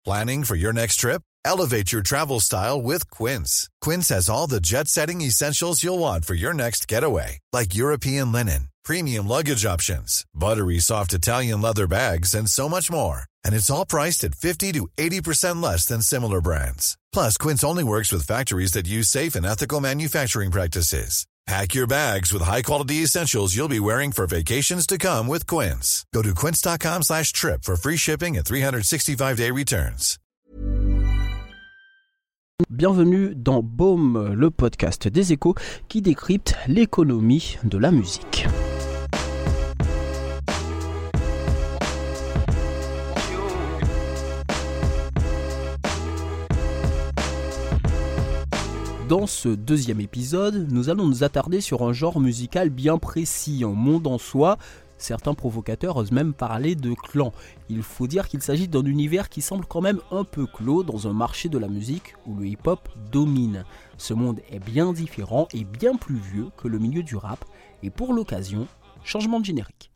Planning for your next trip? Elevate your travel style with Quince. Quince has all the jet-setting essentials you'll want for your next getaway, like European linen, premium luggage options, buttery soft Italian leather bags, and so much more. And it's all priced at 50 to 80% less than similar brands. Plus, Quince only works with factories that use safe and ethical manufacturing practices. Pack your bags with high-quality essentials you'll be wearing for vacations to come with Quince. Go to quince.com/trip for free shipping and 365-day returns. Bienvenue dans Baume, le podcast des Échos qui décrypte l'économie de la musique. Dans ce deuxième épisode, nous allons nous attarder sur un genre musical bien précis, un monde en soi. Certains provocateurs osent même parler de clan. Il faut dire qu'il s'agit d'un univers qui semble quand même un peu clos dans un marché de la musique où le hip-hop domine. Ce monde est bien différent et bien plus vieux que le milieu du rap. Et pour l'occasion, changement de générique.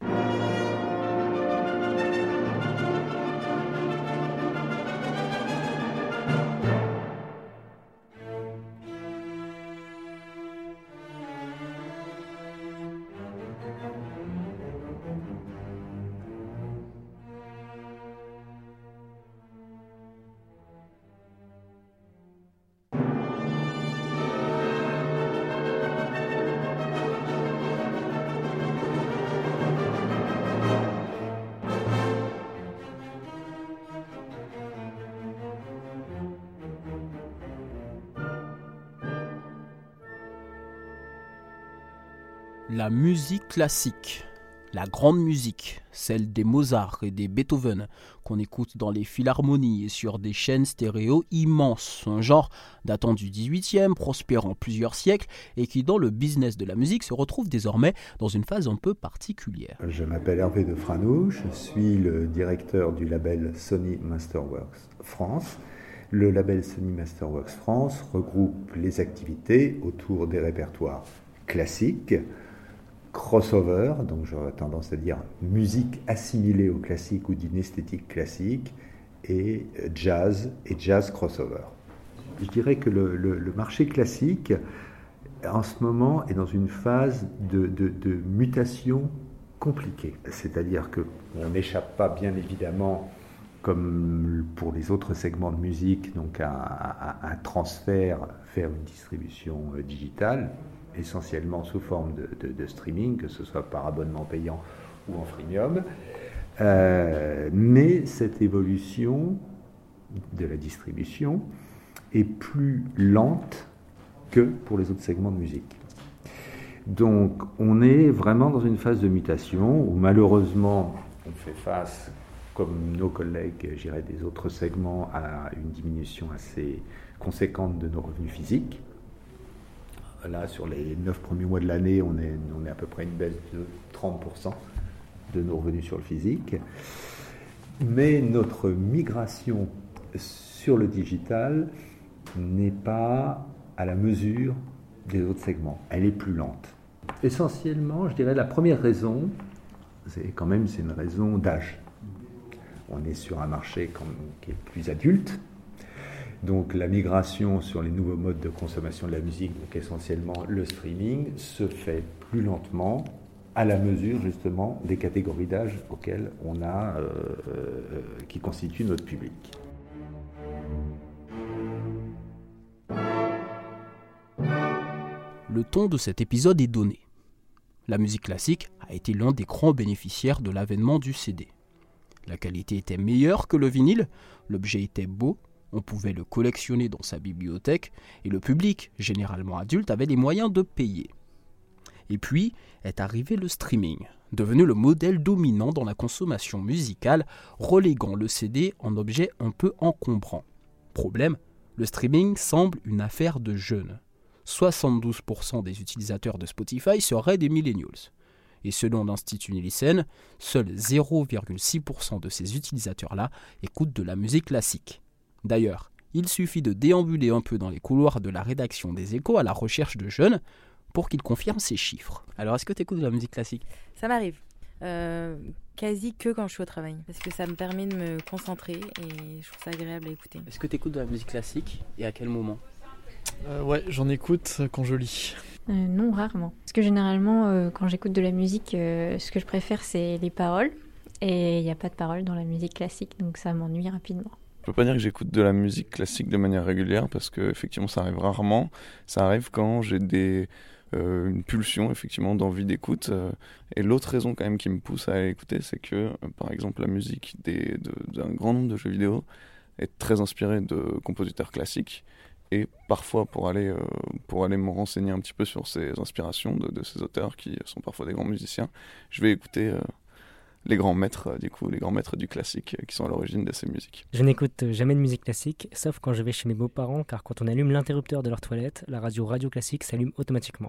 La musique classique, la grande musique, celle des Mozart et des Beethoven, qu'on écoute dans les philharmonies et sur des chaînes stéréo immenses, un genre datant du XVIIIe, prospérant plusieurs siècles et qui dans le business de la musique se retrouve désormais dans une phase un peu particulière. Je m'appelle Hervé de Franoux, je suis le directeur du label Sony Masterworks France. Le label Sony Masterworks France regroupe les activités autour des répertoires classiques, crossover, donc j'aurais tendance à dire musique assimilée au classique ou d'une esthétique classique, et jazz crossover. Je dirais que le marché classique, en ce moment, est dans une phase de mutation compliquée. C'est-à-dire qu'on n'échappe pas, bien évidemment, comme pour les autres segments de musique, donc à un transfert vers une distribution digitale, essentiellement sous forme de streaming, que ce soit par abonnement payant ou en freemium. Mais cette évolution de la distribution est plus lente que pour les autres segments de musique. Donc on est vraiment dans une phase de mutation où malheureusement on fait face, comme nos collègues, je dirais, des autres segments, à une diminution assez conséquente de nos revenus physiques. Là, sur les 9 premiers mois de l'année, on est à peu près une baisse de 30% de nos revenus sur le physique. Mais notre migration sur le digital n'est pas à la mesure des autres segments. Elle est plus lente. Essentiellement, je dirais, la première raison, c'est une raison d'âge. On est sur un marché qui est plus adulte. Donc la migration sur les nouveaux modes de consommation de la musique, donc essentiellement le streaming, se fait plus lentement à la mesure justement des catégories d'âge auxquelles on a, qui constituent notre public. Le ton de cet épisode est donné. La musique classique a été l'un des grands bénéficiaires de l'avènement du CD. La qualité était meilleure que le vinyle, l'objet était beau, on pouvait le collectionner dans sa bibliothèque et le public, généralement adulte, avait les moyens de payer. Et puis est arrivé le streaming, devenu le modèle dominant dans la consommation musicale, reléguant le CD en objet un peu encombrant. Problème, le streaming semble une affaire de jeunes. 72% des utilisateurs de Spotify seraient des millennials. Et selon l'Institut Nielsen, seuls 0,6% de ces utilisateurs-là écoutent de la musique classique. D'ailleurs, il suffit de déambuler un peu dans les couloirs de la rédaction des Échos à la recherche de jeunes pour qu'ils confirment ces chiffres. Alors, est-ce que tu écoutes de la musique classique ? Ça m'arrive. quasi que quand je suis au travail, parce que ça me permet de me concentrer et je trouve ça agréable à écouter. Est-ce que tu écoutes de la musique classique et à quel moment ? Ouais, j'en écoute quand je lis. Non, rarement. Parce que généralement, quand j'écoute de la musique, ce que je préfère, c'est les paroles. Et il n'y a pas de paroles dans la musique classique, donc ça m'ennuie rapidement. Je peux pas dire que j'écoute de la musique classique de manière régulière, parce que effectivement, ça arrive rarement. Ça arrive quand j'ai une pulsion effectivement d'envie d'écoute. Et l'autre raison quand même qui me pousse à aller écouter, c'est que, par exemple, la musique d'un grand nombre de jeux vidéo est très inspirée de compositeurs classiques. Et parfois, pour aller me renseigner un petit peu sur ces inspirations de ces auteurs qui sont parfois des grands musiciens, je vais écouter les grands maîtres du classique qui sont à l'origine de ces musiques. Je n'écoute jamais de musique classique, sauf quand je vais chez mes beaux-parents, car quand on allume l'interrupteur de leur toilette, la radio classique s'allume automatiquement.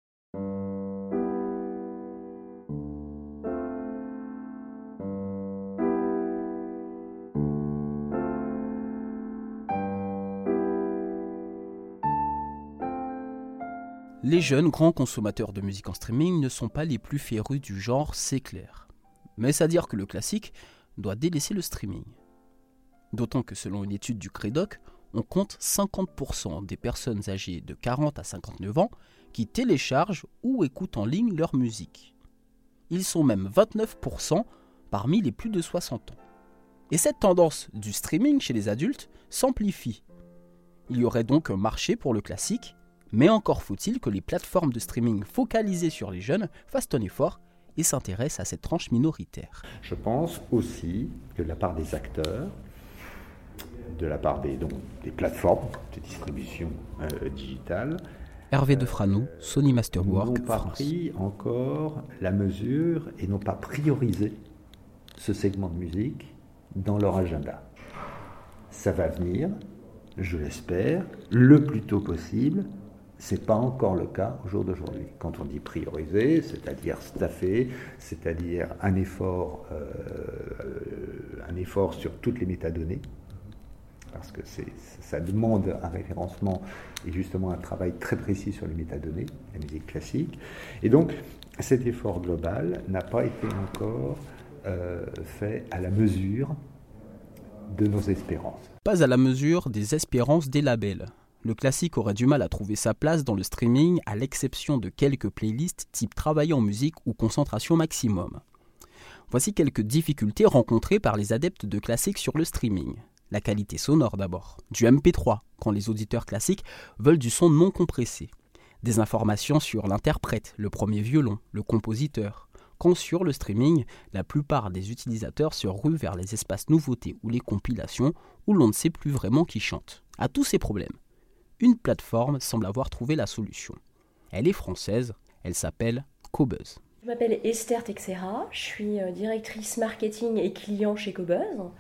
Les jeunes grands consommateurs de musique en streaming ne sont pas les plus férus du genre, c'est clair. Mais c'est à dire que le classique doit délaisser le streaming. D'autant que selon une étude du Crédoc, on compte 50% des personnes âgées de 40 à 59 ans qui téléchargent ou écoutent en ligne leur musique. Ils sont même 29% parmi les plus de 60 ans. Et cette tendance du streaming chez les adultes s'amplifie. Il y aurait donc un marché pour le classique, mais encore faut-il que les plateformes de streaming focalisées sur les jeunes fassent un effort et s'intéressent à cette tranche minoritaire. Je pense aussi que de la part des acteurs, de la part des plateformes de distribution digitale, Hervé Defranou, Sony Masterwork, n'ont pas pris encore la mesure et n'ont pas priorisé ce segment de musique dans leur agenda. Ça va venir, je l'espère, le plus tôt possible. Ce n'est pas encore le cas au jour d'aujourd'hui. Quand on dit prioriser, c'est-à-dire staffer, c'est-à-dire un effort sur toutes les métadonnées, parce que ça demande un référencement et justement un travail très précis sur les métadonnées, la musique classique. Et donc, cet effort global n'a pas été encore fait à la mesure de nos espérances. Pas à la mesure des espérances des labels. Le classique aurait du mal à trouver sa place dans le streaming, à l'exception de quelques playlists type travail en musique ou concentration maximum. Voici quelques difficultés rencontrées par les adeptes de classique sur le streaming. La qualité sonore d'abord, du MP3, quand les auditeurs classiques veulent du son non compressé. Des informations sur l'interprète, le premier violon, le compositeur. Quand sur le streaming, la plupart des utilisateurs se ruent vers les espaces nouveautés ou les compilations où l'on ne sait plus vraiment qui chante. À tous ces problèmes, une plateforme semble avoir trouvé la solution. Elle est française, elle s'appelle Qobuzz. Je m'appelle Esther Texera, je suis directrice marketing et client chez Qobuzz.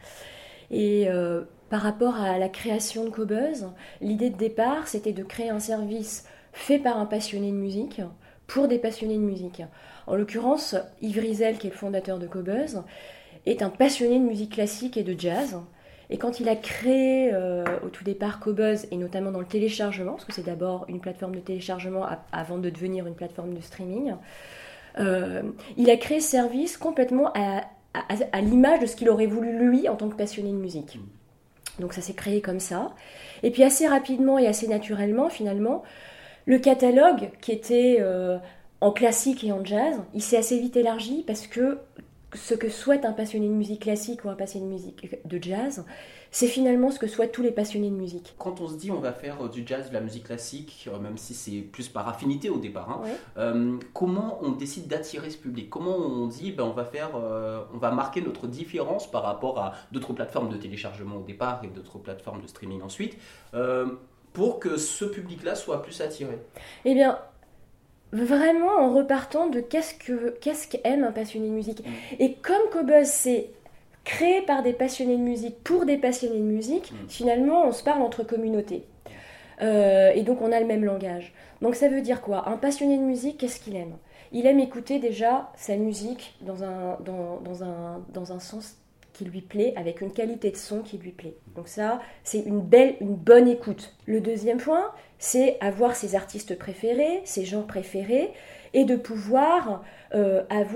Et par rapport à la création de Qobuzz, l'idée de départ, c'était de créer un service fait par un passionné de musique pour des passionnés de musique. En l'occurrence, Yves Rizel, qui est le fondateur de Qobuzz, est un passionné de musique classique et de jazz. Et quand il a créé au tout départ Qobuzz, et notamment dans le téléchargement, parce que c'est d'abord une plateforme de téléchargement avant de devenir une plateforme de streaming, il a créé ce service complètement à l'image de ce qu'il aurait voulu lui en tant que passionné de musique. Donc ça s'est créé comme ça. Et puis assez rapidement et assez naturellement, finalement, le catalogue qui était en classique et en jazz, il s'est assez vite élargi parce que ce que souhaite un passionné de musique classique ou un passionné de musique de jazz, c'est finalement ce que souhaitent tous les passionnés de musique. Quand on se dit on va faire du jazz, de la musique classique, même si c'est plus par affinité au départ, comment on décide d'attirer ce public ? Comment on dit on va marquer notre différence par rapport à d'autres plateformes de téléchargement au départ et d'autres plateformes de streaming ensuite, pour que ce public-là soit plus attiré ? Eh bien, vraiment en repartant de qu'est-ce qu'aime un passionné de musique. Et comme Qobuzz c'est créé par des passionnés de musique pour des passionnés de musique, finalement on se parle entre communautés. Et donc on a le même langage. Donc ça veut dire quoi ? Un passionné de musique, qu'est-ce qu'il aime ? Il aime écouter déjà sa musique dans un sens qui lui plaît, avec une qualité de son qui lui plaît. Donc ça, c'est une bonne écoute. Le deuxième point, c'est avoir ses artistes préférés, ses genres préférés, et de pouvoir avoir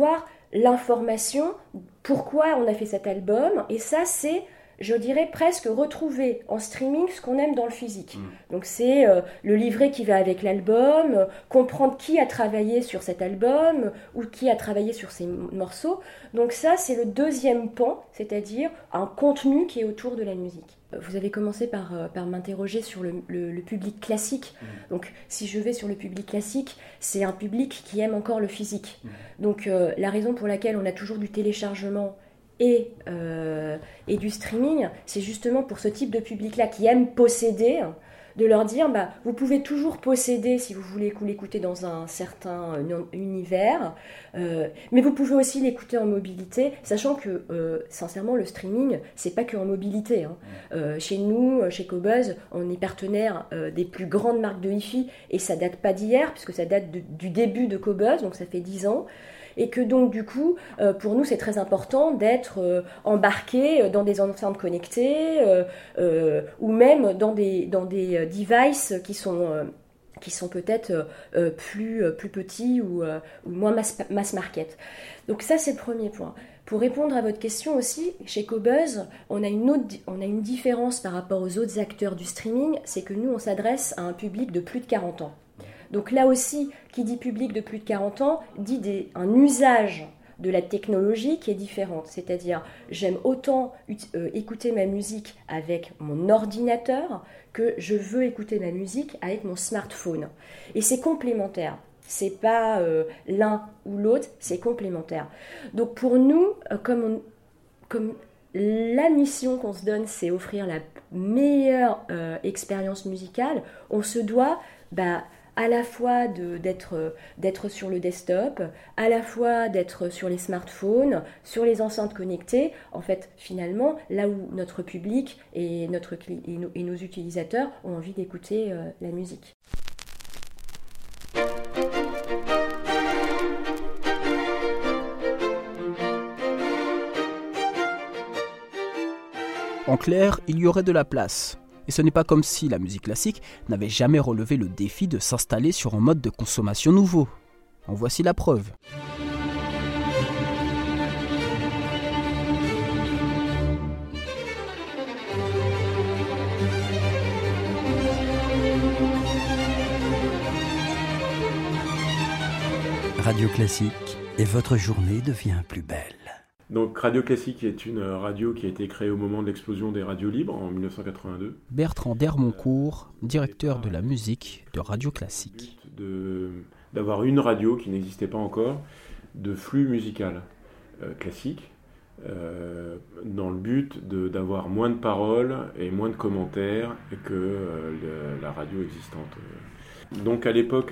l'information, pourquoi on a fait cet album, et ça c'est, je dirais, presque retrouver en streaming ce qu'on aime dans le physique. Donc c'est le livret qui va avec l'album, comprendre qui a travaillé sur cet album ou qui a travaillé sur ces morceaux. Donc ça, c'est le deuxième pan, c'est-à-dire un contenu qui est autour de la musique. Vous avez commencé par m'interroger sur le public classique. Donc si je vais sur le public classique, c'est un public qui aime encore le physique. Donc la raison pour laquelle on a toujours du téléchargement et du streaming, c'est justement pour ce type de public-là qui aime posséder, de leur dire vous pouvez toujours posséder si vous voulez l'écouter dans un certain univers, mais vous pouvez aussi l'écouter en mobilité, sachant que sincèrement le streaming c'est pas que en mobilité. Chez nous, chez Qobuz, on est partenaire des plus grandes marques de hi-fi et ça date pas d'hier puisque ça date du début de Qobuz, donc ça fait 10 ans. Et que donc du coup, pour nous, c'est très important d'être embarqué dans des enceintes connectées ou même dans des devices qui sont peut-être plus petits ou moins mass market. Donc ça, c'est le premier point. Pour répondre à votre question aussi, chez Qobuz, on a une différence par rapport aux autres acteurs du streaming, c'est que nous, on s'adresse à un public de plus de 40 ans. Donc là aussi, qui dit public de plus de 40 ans, dit un usage de la technologie qui est différente. C'est-à-dire, j'aime autant écouter ma musique avec mon ordinateur que je veux écouter ma musique avec mon smartphone. Et c'est complémentaire. C'est pas l'un ou l'autre, c'est complémentaire. Donc pour nous, comme la mission qu'on se donne, c'est offrir la meilleure expérience musicale, on se doit à la fois d'être sur le desktop, à la fois d'être sur les smartphones, sur les enceintes connectées. En fait, finalement, là où notre public et nos utilisateurs ont envie d'écouter la musique. En clair, il y aurait de la place. Et ce n'est pas comme si la musique classique n'avait jamais relevé le défi de s'installer sur un mode de consommation nouveau. En voici la preuve. Radio Classique, et votre journée devient plus belle. Donc Radio Classique est une radio qui a été créée au moment de l'explosion des radios libres en 1982. Bertrand Dermoncourt, directeur de la musique de Radio Classique. D'avoir une radio qui n'existait pas encore, de flux musical classique, dans le but d'avoir moins de paroles et moins de commentaires que la radio existante. Donc à l'époque,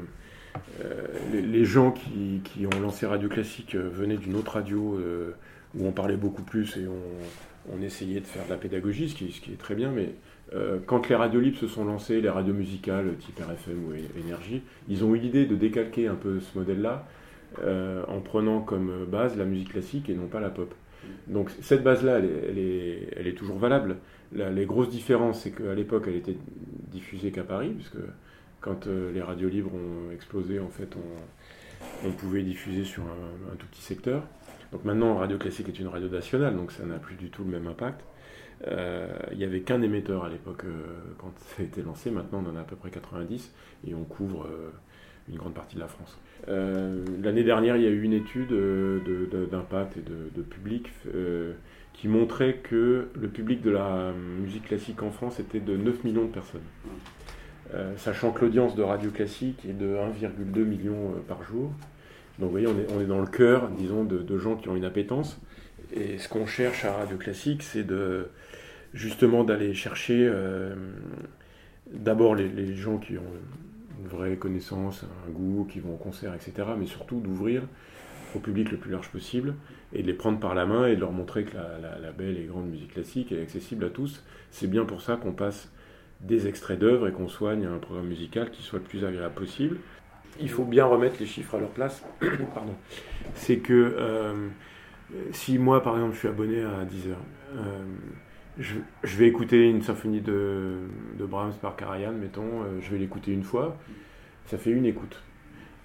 les gens qui ont lancé Radio Classique venaient d'une autre radio où on parlait beaucoup plus et on essayait de faire de la pédagogie, ce qui est très bien, mais quand les radios libres se sont lancées, les radios musicales type RFM ou Énergie, ils ont eu l'idée de décalquer un peu ce modèle-là en prenant comme base la musique classique et non pas la pop. Donc cette base-là, elle est toujours valable. Les grosses différences, c'est qu'à l'époque, elle était diffusée qu'à Paris, puisque quand les radios libres ont explosé, en fait, on pouvait diffuser sur un tout petit secteur. Donc maintenant, Radio Classique est une radio nationale, donc ça n'a plus du tout le même impact. Il n'y avait qu'un émetteur à l'époque quand ça a été lancé. Maintenant, on en a à peu près 90 et on couvre une grande partie de la France. L'année dernière, il y a eu une étude d'impact et de public qui montrait que le public de la musique classique en France était de 9 millions de personnes. Sachant que l'audience de Radio Classique est de 1,2 million par jour. Donc vous voyez, on est dans le cœur, disons, de gens qui ont une appétence. Et ce qu'on cherche à Radio Classique, c'est justement d'aller chercher d'abord les gens qui ont une vraie connaissance, un goût, qui vont au concert, etc. Mais surtout d'ouvrir au public le plus large possible et de les prendre par la main et de leur montrer que la belle et grande musique classique est accessible à tous. C'est bien pour ça qu'on passe des extraits d'œuvres et qu'on soigne un programme musical qui soit le plus agréable possible. Il faut bien remettre les chiffres à leur place. Pardon. C'est que si moi, par exemple, je suis abonné à Deezer, je vais écouter une symphonie de Brahms par Karajan, mettons, je vais l'écouter une fois, ça fait une écoute.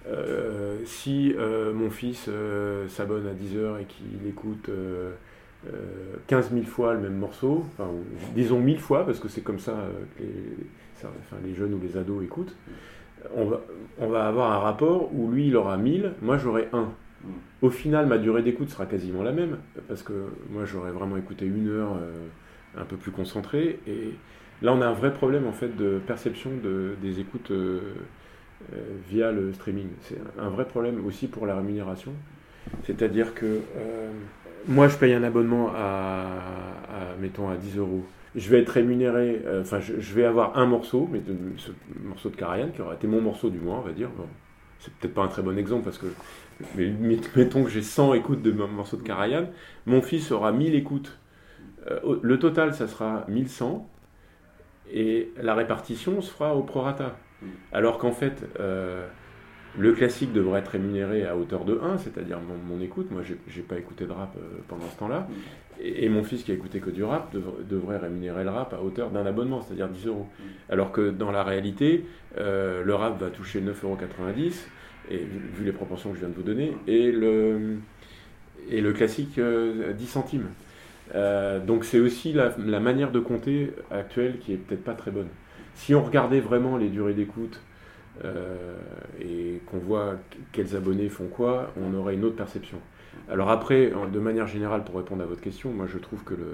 Si mon fils s'abonne à Deezer et qu'il écoute 15 000 fois le même morceau, enfin, disons 1000 fois, parce que c'est comme ça que les jeunes ou les ados écoutent, on va avoir un rapport où lui il aura 1000, moi j'aurai 1. Au final, ma durée d'écoute sera quasiment la même, parce que moi j'aurais vraiment écouté 1 heure un peu plus concentrée, et là on a un vrai problème en fait de perception des écoutes via le streaming. C'est un vrai problème aussi pour la rémunération, c'est-à-dire que moi je paye un abonnement mettons à 10 €. Je vais être rémunéré, je vais avoir un morceau, mais ce morceau de Karajan qui aurait été mon morceau du mois, on va dire. Bon, c'est peut-être pas un très bon exemple parce que, mais mettons que j'ai 100 écoutes de mon morceau de Karajan, mon fils aura 1000 écoutes. Le total, ça sera 1100 et la répartition se fera au prorata. Alors qu'en fait, le classique devrait être rémunéré à hauteur de 1, c'est-à-dire mon écoute. Moi, j'ai pas écouté de rap pendant ce temps-là. Et mon fils qui a écouté que du rap devrait rémunérer le rap à hauteur d'un abonnement, c'est-à-dire 10 €. Alors que dans la réalité, le rap va toucher 9,90 €, et vu les proportions que je viens de vous donner, et le classique 10 centimes. Donc c'est aussi la manière de compter actuelle qui est peut-être pas très bonne. Si on regardait vraiment les durées d'écoute et qu'on voit quels abonnés font quoi, on aurait une autre perception. Alors après, de manière générale, pour répondre à votre question, moi je trouve que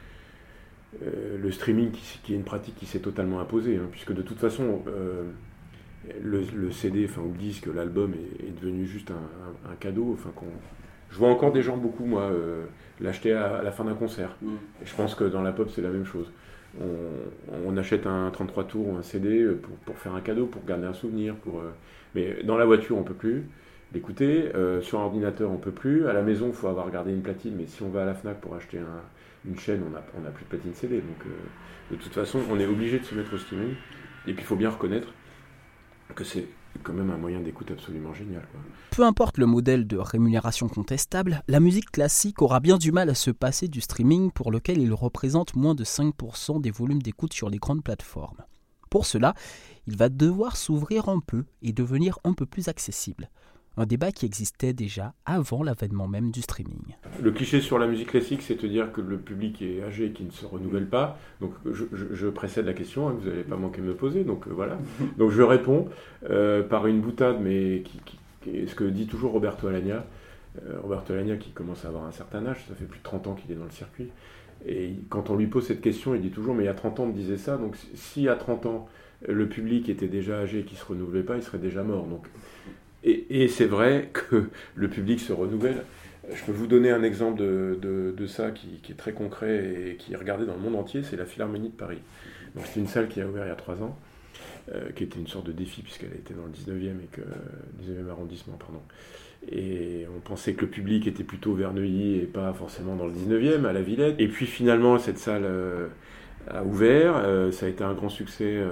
le streaming, qui est une pratique qui s'est totalement imposée, puisque de toute façon, le CD, ou le disque, l'album est devenu juste un cadeau. Je vois encore des gens, beaucoup, moi, l'acheter à la fin d'un concert. Et je pense que dans la pop, c'est la même chose. On achète un 33 tours ou un CD pour faire un cadeau, pour garder un souvenir. Mais dans la voiture, on ne peut plus l'écouter. Sur un ordinateur, on ne peut plus. À la maison, il faut avoir gardé une platine. Mais si on va à la FNAC pour acheter une chaîne, on n'a plus de platine CD. Donc, de toute façon, on est obligé de se mettre au streaming. Et puis, il faut bien reconnaître que c'est quand même un moyen d'écoute absolument génial, quoi. Peu importe le modèle de rémunération contestable, la musique classique aura bien du mal à se passer du streaming pour lequel il représente moins de 5% des volumes d'écoute sur les grandes plateformes. Pour cela, il va devoir s'ouvrir un peu et devenir un peu plus accessible. Un débat qui existait déjà avant l'avènement même du streaming. Le cliché sur la musique classique, c'est de dire que le public est âgé et qui ne se renouvelle pas. Donc je précède la question, vous n'allez pas manquer de me poser, donc voilà. Donc je réponds par une boutade, mais ce que dit toujours Roberto Alagna. Roberto Alagna qui commence à avoir un certain âge, ça fait plus de 30 ans qu'il est dans le circuit. Et quand on lui pose cette question, il dit toujours, mais il y a 30 ans on me disait ça, donc si à 30 ans le public était déjà âgé et qu'il ne se renouvelait pas, il serait déjà mort. Donc, et c'est vrai que le public se renouvelle. Je peux vous donner un exemple de ça qui est très concret et qui est regardé dans le monde entier, c'est la Philharmonie de Paris. Donc c'est une salle qui a ouvert il y a 3 ans, qui était une sorte de défi puisqu'elle était dans le 19e arrondissement. Et on pensait que le public était plutôt vers Neuilly et pas forcément dans le 19e, à la Villette. Et puis finalement, cette salle a ouvert, ça a été un grand succès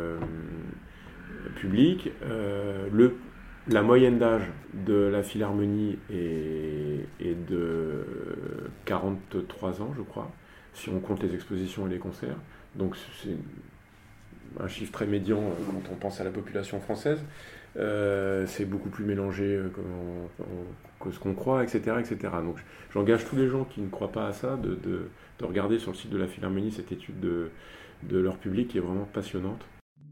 public. La moyenne d'âge de la Philharmonie est de 43 ans, je crois, si on compte les expositions et les concerts. Donc c'est un chiffre très médian quand on pense à la population française. C'est beaucoup plus mélangé que ce qu'on croit, etc., etc. Donc j'engage tous les gens qui ne croient pas à ça de regarder sur le site de la Philharmonie cette étude de leur public qui est vraiment passionnante.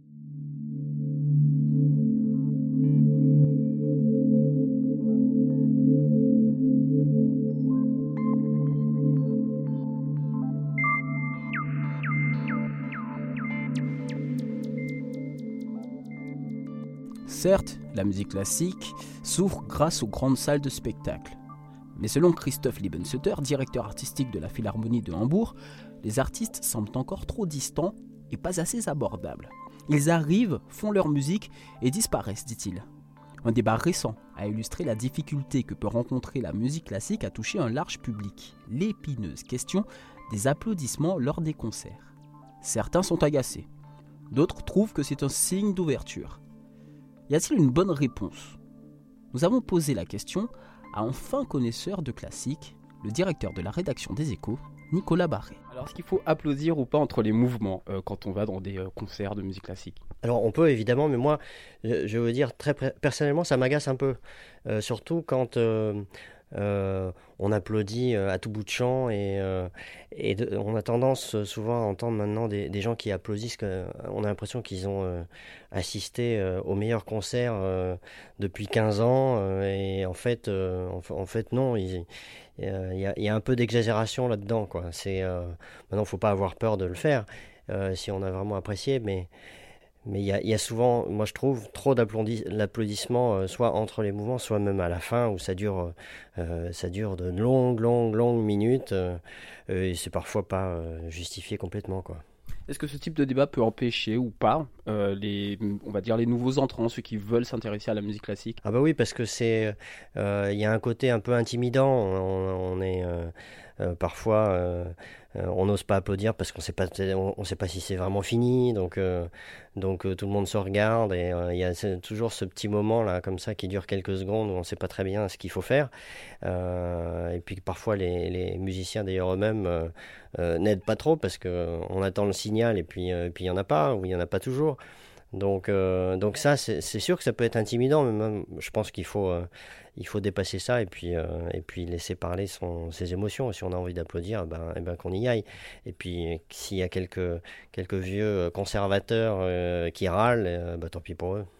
Certes, la musique classique s'ouvre grâce aux grandes salles de spectacle. Mais selon Christoph Liebensutter, directeur artistique de la Philharmonie de Hambourg, les artistes semblent encore trop distants et pas assez abordables. Ils arrivent, font leur musique et disparaissent, dit-il. Un débat récent a illustré la difficulté que peut rencontrer la musique classique à toucher un large public, l'épineuse question des applaudissements lors des concerts. Certains sont agacés, d'autres trouvent que c'est un signe d'ouverture. Y a-t-il une bonne réponse ? Nous avons posé la question à un fin connaisseur de classique, le directeur de la rédaction des Échos, Nicolas Barré. Alors, est-ce qu'il faut applaudir ou pas entre les mouvements quand on va dans des concerts de musique classique ? Alors on peut évidemment, mais moi, je veux dire très personnellement, ça m'agace un peu. Surtout quand on applaudit à tout bout de champ et on a tendance souvent à entendre maintenant des gens qui applaudissent, on a l'impression qu'ils ont assisté au meilleur concert depuis 15 ans et en fait non, il y a un peu d'exagération là-dedans, quoi. Maintenant, il ne faut pas avoir peur de le faire si on a vraiment apprécié, mais il y a souvent, moi je trouve, trop d'applaudissements, soit entre les mouvements, soit même à la fin, où ça dure de longues minutes, et c'est parfois pas justifié complètement, quoi. Est-ce que ce type de débat peut empêcher ou pas les nouveaux entrants, ceux qui veulent s'intéresser à la musique classique ? Ah bah oui, parce que il y a un côté un peu intimidant, on est parfois... on n'ose pas applaudir parce qu'on ne sait pas si c'est vraiment fini, donc tout le monde se regarde et il y a toujours ce petit moment là comme ça qui dure quelques secondes où on ne sait pas très bien ce qu'il faut faire, et puis parfois les musiciens d'ailleurs eux-mêmes n'aident pas trop parce qu'on attend le signal et puis il n'y en a pas, ou il n'y en a pas toujours. Donc ça, c'est sûr que ça peut être intimidant, mais même, je pense qu'il faut dépasser ça et puis laisser parler ses émotions. Et si on a envie d'applaudir, qu'on y aille. Et puis s'il y a quelques vieux conservateurs qui râlent, tant pis pour eux.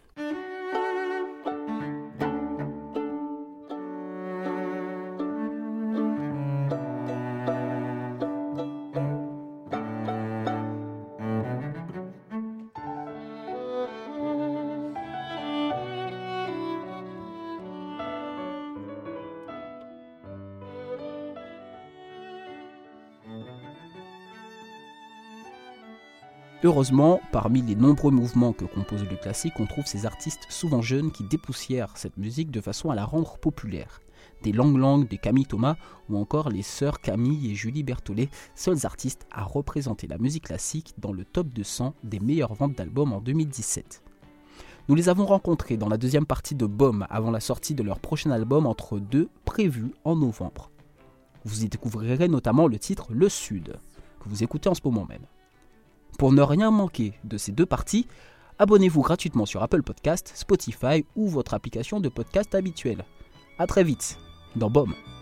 Heureusement, parmi les nombreux mouvements que compose le classique, on trouve ces artistes souvent jeunes qui dépoussièrent cette musique de façon à la rendre populaire. Des Lang Lang, des Camille Thomas ou encore les sœurs Camille et Julie Berthollet, seuls artistes à représenter la musique classique dans le top 200 des meilleures ventes d'albums en 2017. Nous les avons rencontrés dans la deuxième partie de BOM avant la sortie de leur prochain album Entre deux, prévu en novembre. Vous y découvrirez notamment le titre Le Sud, que vous écoutez en ce moment même. Pour ne rien manquer de ces deux parties, abonnez-vous gratuitement sur Apple Podcast, Spotify ou votre application de podcast habituelle. A très vite dans BOM.